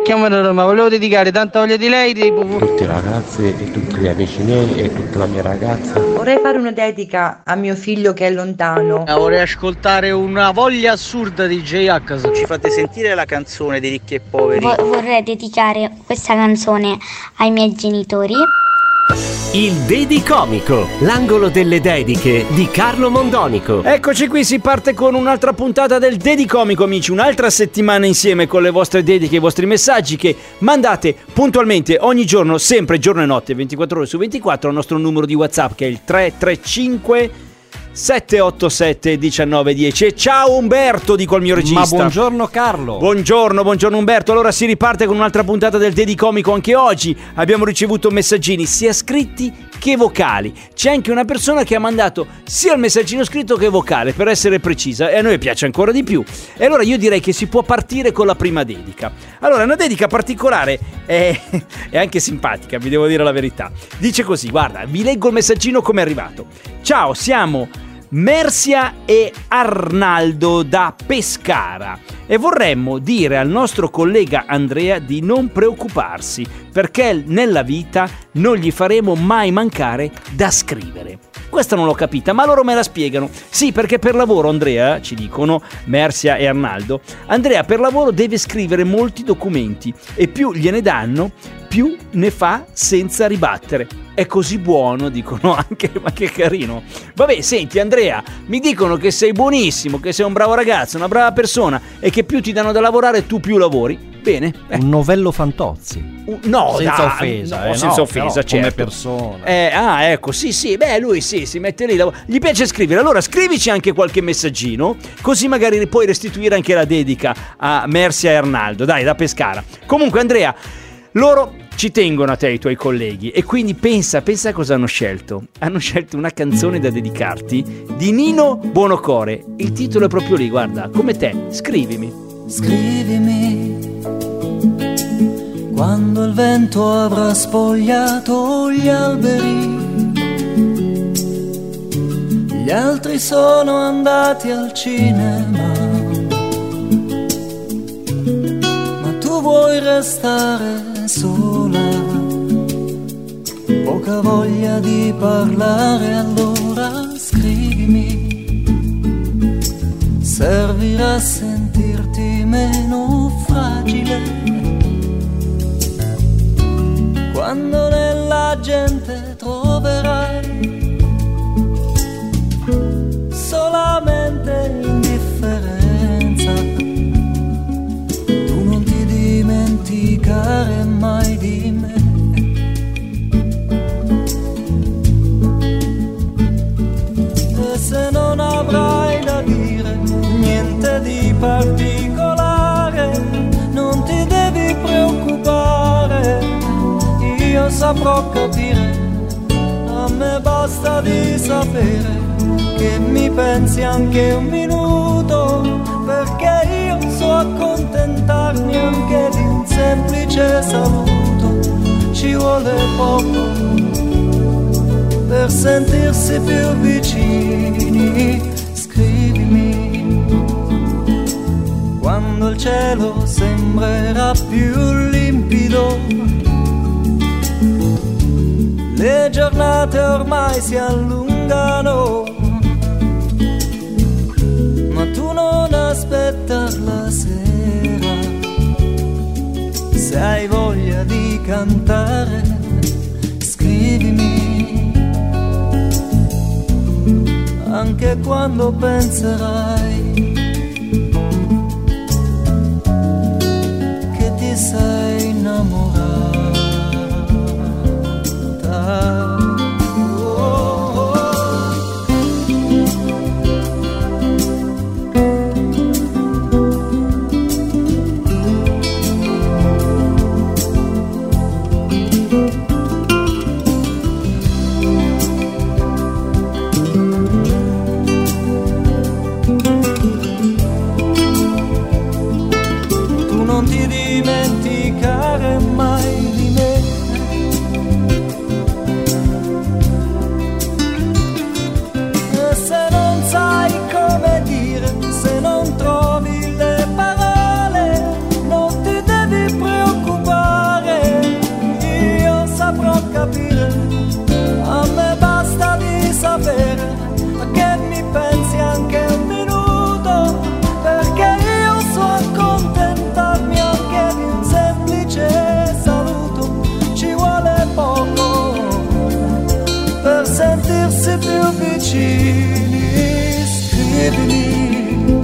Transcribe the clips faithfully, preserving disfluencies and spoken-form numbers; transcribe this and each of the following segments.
chiamo da Roma, volevo dedicare tanta voglia di lei tipo... tutti i ragazzi e tutti gli amici miei e tutta la mia ragazza. Vorrei fare una dedica a mio figlio che è lontano. Vorrei ascoltare una voglia assurda di J-H. Ci fate sentire la canzone di Ricchi e Poveri? Vo- vorrei dedicare questa canzone ai miei genitori. Il Dedicomico, l'angolo delle dediche di Carlo Mondonico. Eccoci qui, si parte con un'altra puntata del Dedicomico, amici. Un'altra settimana insieme con le vostre dediche, i vostri messaggi che mandate puntualmente ogni giorno, sempre giorno e notte, ventiquattro ore su ventiquattro, al nostro numero di WhatsApp che è il tre tre cinque sette otto sette uno nove uno zero. Ciao Umberto, dico al mio regista. Ma buongiorno Carlo. Buongiorno, buongiorno Umberto. Allora si riparte con un'altra puntata del Dedicomico. Anche oggi abbiamo ricevuto messaggini sia scritti che vocali. C'è anche una persona che ha mandato sia il messaggino scritto che vocale, per essere precisa, e a noi piace ancora di più. E allora io direi che si può partire con la prima dedica. Allora, una dedica particolare è, è anche simpatica, vi devo dire la verità. Dice così, guarda, vi leggo il messaggino come è arrivato. Ciao, siamo Mersia e Arnaldo da Pescara e vorremmo dire al nostro collega Andrea di non preoccuparsi, perché nella vita non gli faremo mai mancare da scrivere. Questa non l'ho capita, ma loro me la spiegano. Sì, perché per lavoro Andrea, ci dicono Mersia e Arnaldo, Andrea per lavoro deve scrivere molti documenti e più gliene danno, più ne fa senza ribattere. È così buono, dicono anche, ma che carino. Vabbè, senti Andrea, mi dicono che sei buonissimo, che sei un bravo ragazzo, una brava persona e che più ti danno da lavorare tu più lavori. Bene. Eh. Un novello Fantozzi. Uh, no, senza da, offesa, no, eh, senza no, offesa, certo. Come persona. Eh, ah, ecco, sì, sì, beh, lui sì, si mette lì, gli piace scrivere. Allora scrivici anche qualche messaggino, così magari puoi restituire anche la dedica a Mersia e Arnaldo, dai, da Pescara. Comunque Andrea, loro ci tengono a te e ai tuoi colleghi e quindi pensa, pensa cosa hanno scelto. Hanno scelto una canzone da dedicarti di Nino Buonocore. Il titolo è proprio lì, guarda, come te. Scrivimi. Scrivimi quando il vento avrà spogliato gli alberi, gli altri sono andati al cinema, ma tu vuoi restare sola, poca voglia di parlare, allora scrivimi, servirà a sentirti meno fragile, quando nella gente troverai solamente indifferenza, tu non ti dimenticare mai di me. E se non avrai da dire niente di particolare, non ti devi preoccupare, io saprò capire, a me basta di sapere che mi pensi anche un minuto, perché io so accontentarmi anche di un semplice saluto, ci vuole poco per sentirsi più vicini. Scrivimi quando il cielo sembrerà più limpido, le giornate ormai si allungano, ma tu non aspettar la sera, se hai voglia di cantare, scrivimi, anche quando penserai che ti sei innamorata. vicini, scrivimi,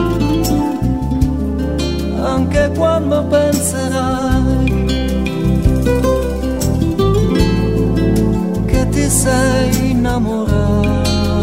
anche quando penserai che ti sei innamorata.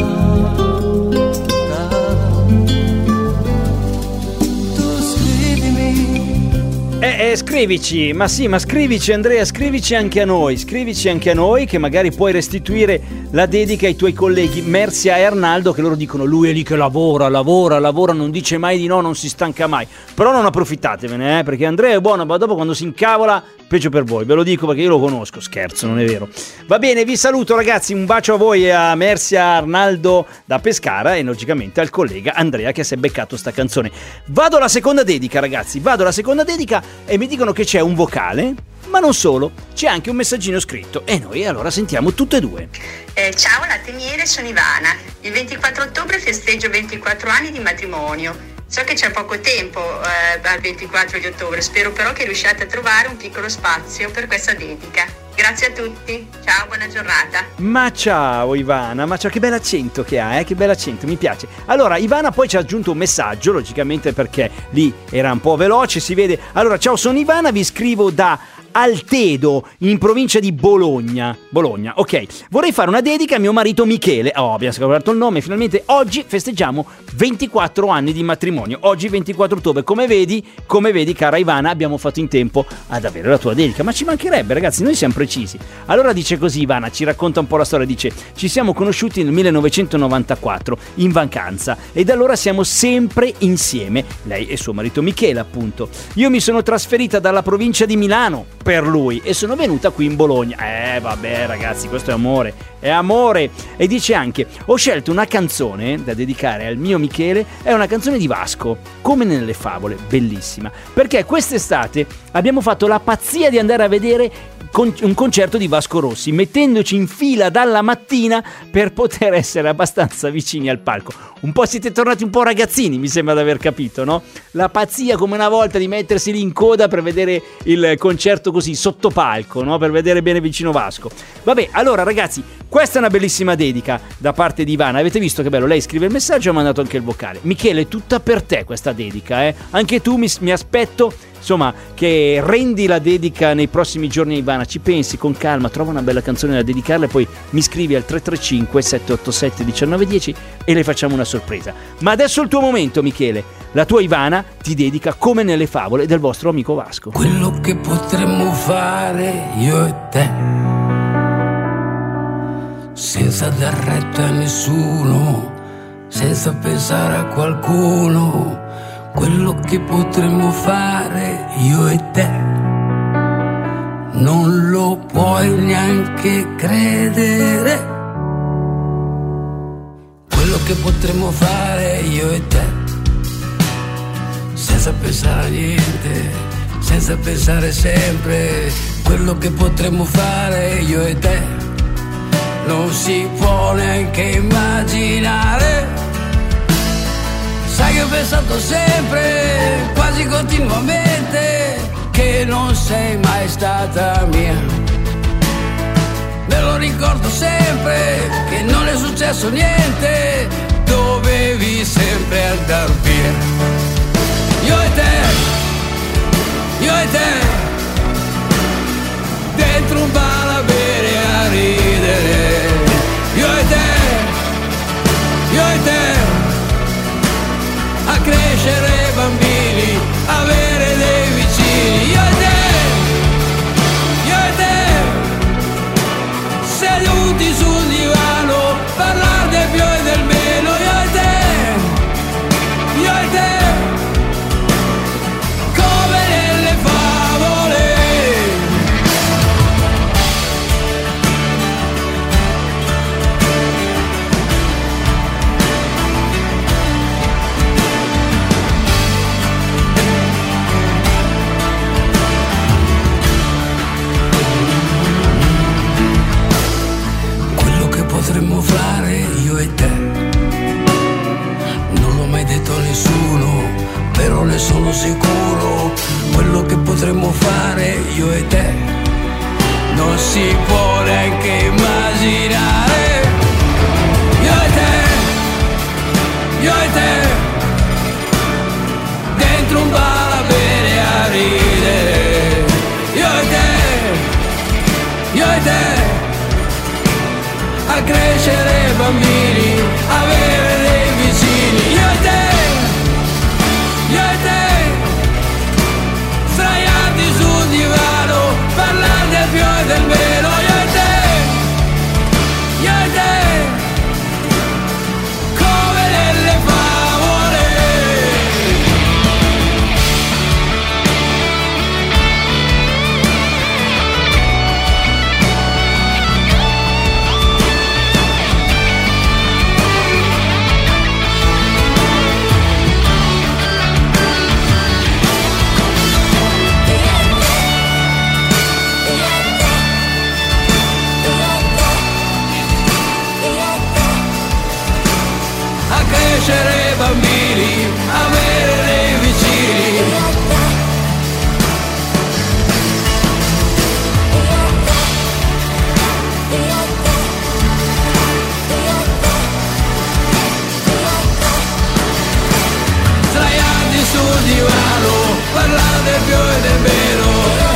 Tu scrivimi. Eh, eh, scrivici, ma sì, ma scrivici Andrea, scrivici anche a noi, scrivici anche a noi che magari puoi restituire la dedica ai tuoi colleghi Merzia e Arnaldo, che loro dicono lui è lì che lavora, lavora, lavora, non dice mai di no, non si stanca mai. Però non approfittatevene, eh, perché Andrea è buono, ma dopo quando si incavola, peggio per voi, ve lo dico perché io lo conosco, scherzo, non è vero. Va bene, vi saluto ragazzi, un bacio a voi e a Merzia, Arnaldo da Pescara e logicamente al collega Andrea che si è beccato sta canzone. Vado alla seconda dedica ragazzi, vado alla seconda dedica e mi dicono che c'è un vocale, ma non solo, c'è anche un messaggino scritto e noi allora sentiamo tutte e due. Eh, ciao latte e miele, sono Ivana. Il ventiquattro ottobre festeggio ventiquattro anni di matrimonio. So che c'è poco tempo eh, al ventiquattro di ottobre, spero però che riusciate a trovare un piccolo spazio per questa dedica. Grazie a tutti, ciao, buona giornata. Ma ciao Ivana, ma ciao, che bel accento che ha, eh? Che bel accento, mi piace. Allora Ivana poi ci ha aggiunto un messaggio, logicamente perché lì era un po' veloce, si vede. Allora ciao, sono Ivana, vi scrivo da Altedo, in provincia di Bologna. Bologna, ok. Vorrei fare una dedica a mio marito Michele. Oh, abbiamo scoperto il nome, finalmente. Oggi festeggiamo ventiquattro anni di matrimonio. Oggi ventiquattro ottobre. Come vedi, come vedi, cara Ivana, abbiamo fatto in tempo ad avere la tua dedica. Ma ci mancherebbe, ragazzi, noi siamo precisi. Allora dice così Ivana, ci racconta un po' la storia. Dice: ci siamo conosciuti nel millenovecentonovantaquattro in vacanza e da allora siamo sempre insieme. Lei e suo marito Michele, appunto. Io mi sono trasferita dalla provincia di Milano per lui e sono venuta qui in Bologna. Eh vabbè ragazzi, questo è amore, è amore. E dice anche: ho scelto una canzone da dedicare al mio Michele, è una canzone di Vasco, come nelle favole, bellissima, perché quest'estate abbiamo fatto la pazzia di andare a vedere un concerto di Vasco Rossi, mettendoci in fila dalla mattina per poter essere abbastanza vicini al palco. Un po' siete tornati un po' ragazzini, mi sembra di aver capito, no? La pazzia come una volta di mettersi lì in coda per vedere il concerto così sotto palco, no? Per vedere bene vicino Vasco. Vabbè, allora ragazzi, questa è una bellissima dedica da parte di Ivana. Avete visto che bello? Lei scrive il messaggio e ha mandato anche il vocale. Michele, è tutta per te questa dedica, eh? Anche tu mi, mi aspetto, insomma, che rendi la dedica nei prossimi giorni a Ivana. Ci pensi con calma, trova una bella canzone da dedicarle e poi mi scrivi al tre tre cinque sette otto sette uno nove uno zero e le facciamo una sorpresa. Ma adesso è il tuo momento, Michele. La tua Ivana ti dedica come nelle favole del vostro amico Vasco. Quello che potremmo fare io e te, senza dar retta a nessuno, senza pensare a qualcuno. Quello che potremmo fare io e te, non lo puoi neanche credere. Quello che potremmo fare io e te, senza pensare a niente, senza pensare sempre. Quello che potremmo fare io e te, non si può neanche immaginare. Sai che ho pensato sempre, quasi continuamente, che non sei mai stata mia. Me lo ricordo sempre, che non è successo niente, dovevi sempre andar via. Io e te, io e te, dentro un bar a bere a ridere. Io e te, io e te, a crescere bambini, avere dei vicini. Io e te, io e te, seduti sul divano, parlare del più e del meno. Io e te, io e te, come nelle favole. Potremmo fare io e te, non l'ho mai detto a nessuno, però ne sono sicuro. Quello che potremmo fare io e te, non si può neanche immaginare. io e te, io e te, dentro un bar a bere a ridere, io e te, io e te, a crescere bambini, avere dei vicini, io e te, io e te, sdraiati sul divano, parlare del più e del meno, io e te, io e te, come nelle favole. Crescere bambini, avere dei vicini, sdraiati sul divano, parlare del più e del meno.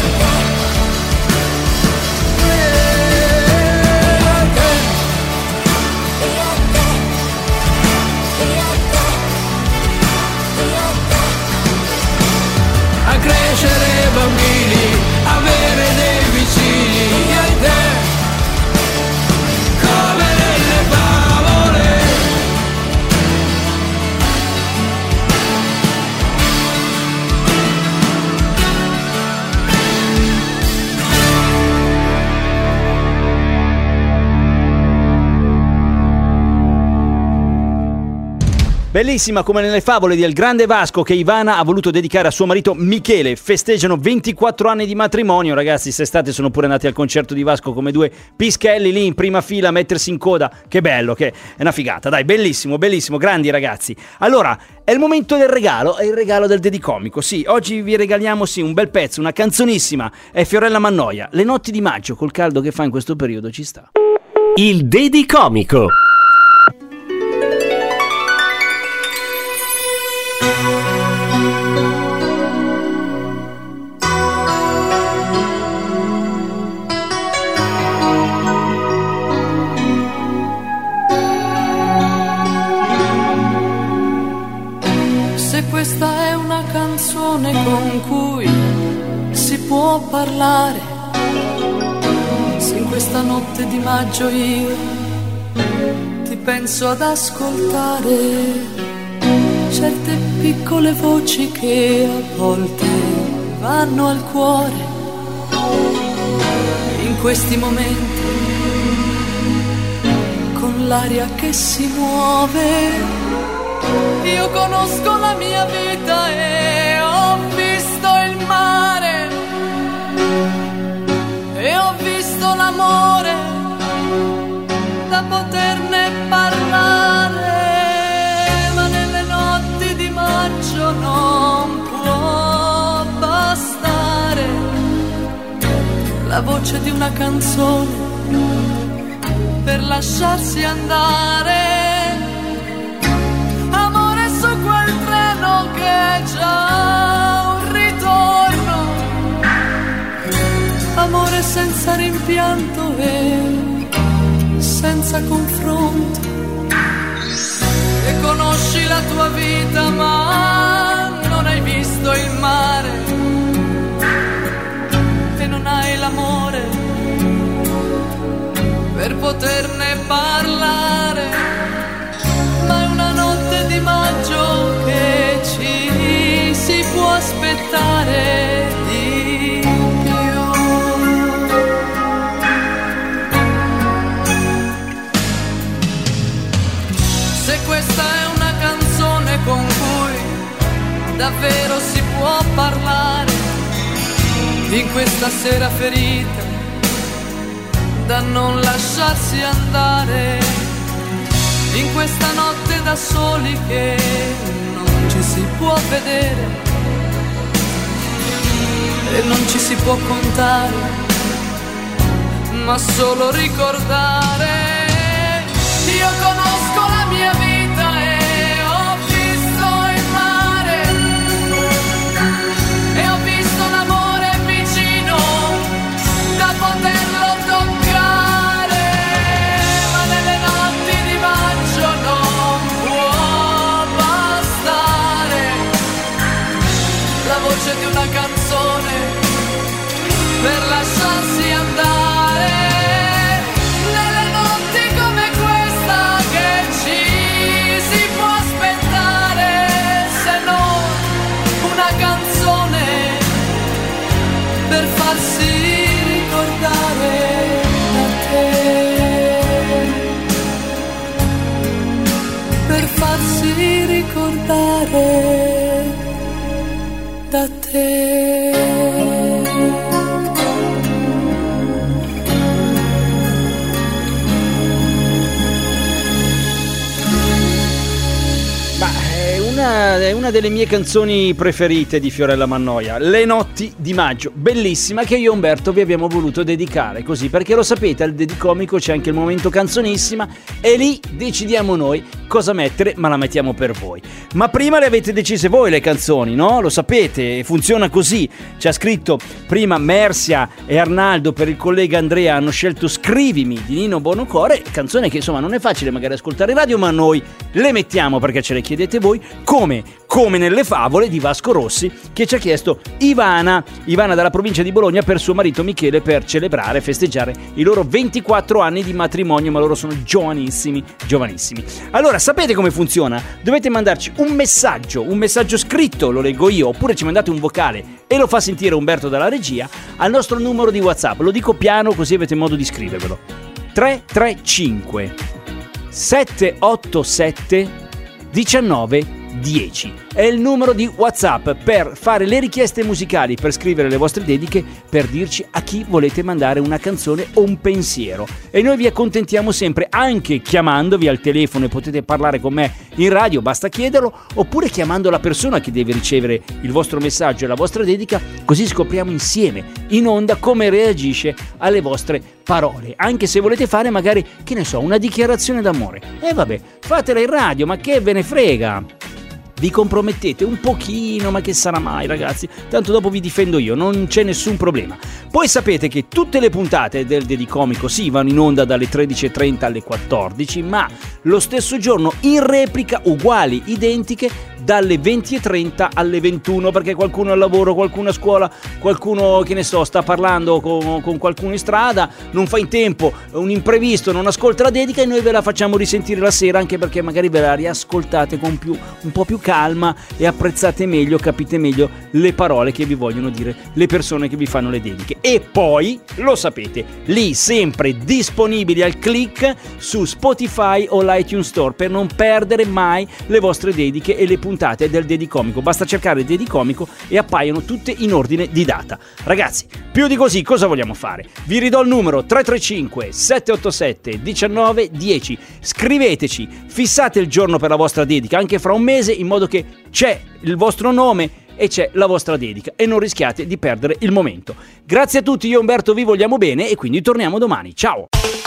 Crescere bambini, avere dei vicini, io e te, come nelle favole. Bellissima come nelle favole di El Grande Vasco, che Ivana ha voluto dedicare a suo marito Michele. Festeggiano ventiquattro anni di matrimonio, ragazzi. Quest'estate sono pure andati al concerto di Vasco come due pischelli lì in prima fila a mettersi in coda. Che bello, che è una figata, dai, bellissimo, bellissimo, grandi ragazzi. Allora, è il momento del regalo, è il regalo del Dedicomico. Sì, oggi vi regaliamo sì un bel pezzo, una canzonissima. È Fiorella Mannoia. Le notti di maggio, col caldo che fa in questo periodo, ci sta. Il Dedicomico. Questa è una canzone con cui si può parlare. Se in questa notte di maggio io ti penso ad ascoltare certe piccole voci che a volte vanno al cuore. In questi momenti, con l'aria che si muove, io conosco la mia vita e ho visto il mare e ho visto l'amore da poterne parlare, ma nelle notti di maggio non può bastare la voce di una canzone per lasciarsi andare. Che è già un ritorno, amore senza rimpianto e senza confronto, e conosci la tua vita ma non hai visto il mare, e non hai l'amore per poterne parlare, ma è una notte di maggio che ci si può aspettare di più. Se questa è una canzone con cui davvero si può parlare, in questa sera ferita da non lasciarsi andare, in questa notte da soli che non ci si può vedere e non ci si può contare, ma solo ricordare. Io conosco per farsi ricordare da te, per farsi ricordare da te. Una, è una delle mie canzoni preferite di Fiorella Mannoia, Le notti di maggio, bellissima, che io e Umberto vi abbiamo voluto dedicare così, perché lo sapete, al Dedicomico c'è anche il momento canzonissima e lì decidiamo noi cosa mettere, ma la mettiamo per voi. Ma prima le avete decise voi le canzoni, no? Lo sapete, funziona così. Ci ha scritto prima Mersia e Arnaldo, per il collega Andrea hanno scelto Scrivimi di Nino Bonocore, canzone che insomma non è facile magari ascoltare in radio, ma noi le mettiamo perché ce le chiedete voi, come, come nelle favole di Vasco Rossi, che ci ha chiesto Ivana, Ivana dalla provincia di Bologna, per suo marito Michele, per celebrare, festeggiare i loro ventiquattro anni di matrimonio, ma loro sono giovanissimi, giovanissimi. Allora, sapete come funziona? Dovete mandarci un messaggio, un messaggio scritto, lo leggo io, oppure ci mandate un vocale e lo fa sentire Umberto dalla regia, al nostro numero di WhatsApp. Lo dico piano così avete modo di scrivervelo. tre tre cinque sette otto sette diciannove dieci è il numero di WhatsApp per fare le richieste musicali, per scrivere le vostre dediche, per dirci a chi volete mandare una canzone o un pensiero, e noi vi accontentiamo sempre, anche chiamandovi al telefono, e potete parlare con me in radio, basta chiederlo, oppure chiamando la persona che deve ricevere il vostro messaggio e la vostra dedica, così scopriamo insieme in onda come reagisce alle vostre parole, anche se volete fare magari, che ne so, una dichiarazione d'amore, e eh vabbè, fatela in radio, ma che ve ne frega. Vi compromettete un pochino, ma che sarà mai, ragazzi? Tanto dopo vi difendo io, non c'è nessun problema. Poi sapete che tutte le puntate del Dedicomico sì, vanno in onda dalle tredici e trenta alle quattordici, ma lo stesso giorno in replica, uguali, identiche, dalle venti e trenta alle ventuno, perché qualcuno al lavoro, qualcuno a scuola, qualcuno, che ne so, sta parlando con, con qualcuno in strada, non fa in tempo, un imprevisto, non ascolta la dedica, e noi ve la facciamo risentire la sera, anche perché magari ve la riascoltate con più, un po' più calma e apprezzate meglio, capite meglio le parole che vi vogliono dire le persone che vi fanno le dediche. E poi, lo sapete, lì sempre disponibili al click su Spotify o l'iTunes Store, per non perdere mai le vostre dediche e le puntate del Dedicomico. Basta cercare Dedicomico e appaiono tutte in ordine di data. Ragazzi, più di così cosa vogliamo fare? Vi ridò il numero tre tre cinque sette otto sette diciannove dieci. Scriveteci, fissate il giorno per la vostra dedica, anche fra un mese, in modo che c'è il vostro nome e c'è la vostra dedica e non rischiate di perdere il momento. Grazie a tutti, io e Umberto vi vogliamo bene e quindi torniamo domani. Ciao!